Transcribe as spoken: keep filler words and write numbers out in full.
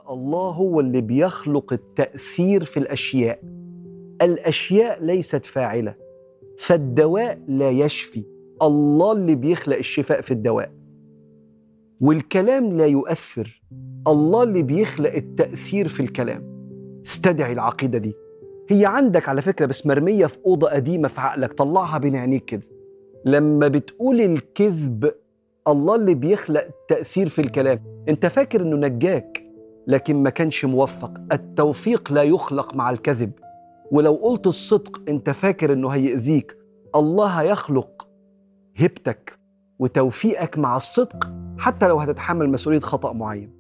الله هو اللي بيخلق التأثير في الأشياء. الأشياء ليست فاعلة، فالدواء لا يشفي، الله اللي بيخلق الشفاء في الدواء. والكلام لا يؤثر، الله اللي بيخلق التأثير في الكلام. استدعي العقيدة دي، هي عندك على فكرة بس مرمية في أوضة قديمة في عقلك، طلعها بين عينيك كده. لما بتقول الكذب، الله اللي بيخلق التأثير في الكلام. انت فاكر انه نجاك لكن ما كانش موفق. التوفيق لا يخلق مع الكذب. ولو قلت الصدق انت فاكر انه هيأذيك، الله هيخلق هبتك وتوفيقك مع الصدق حتى لو هتتحمل مسؤولية خطأ معين.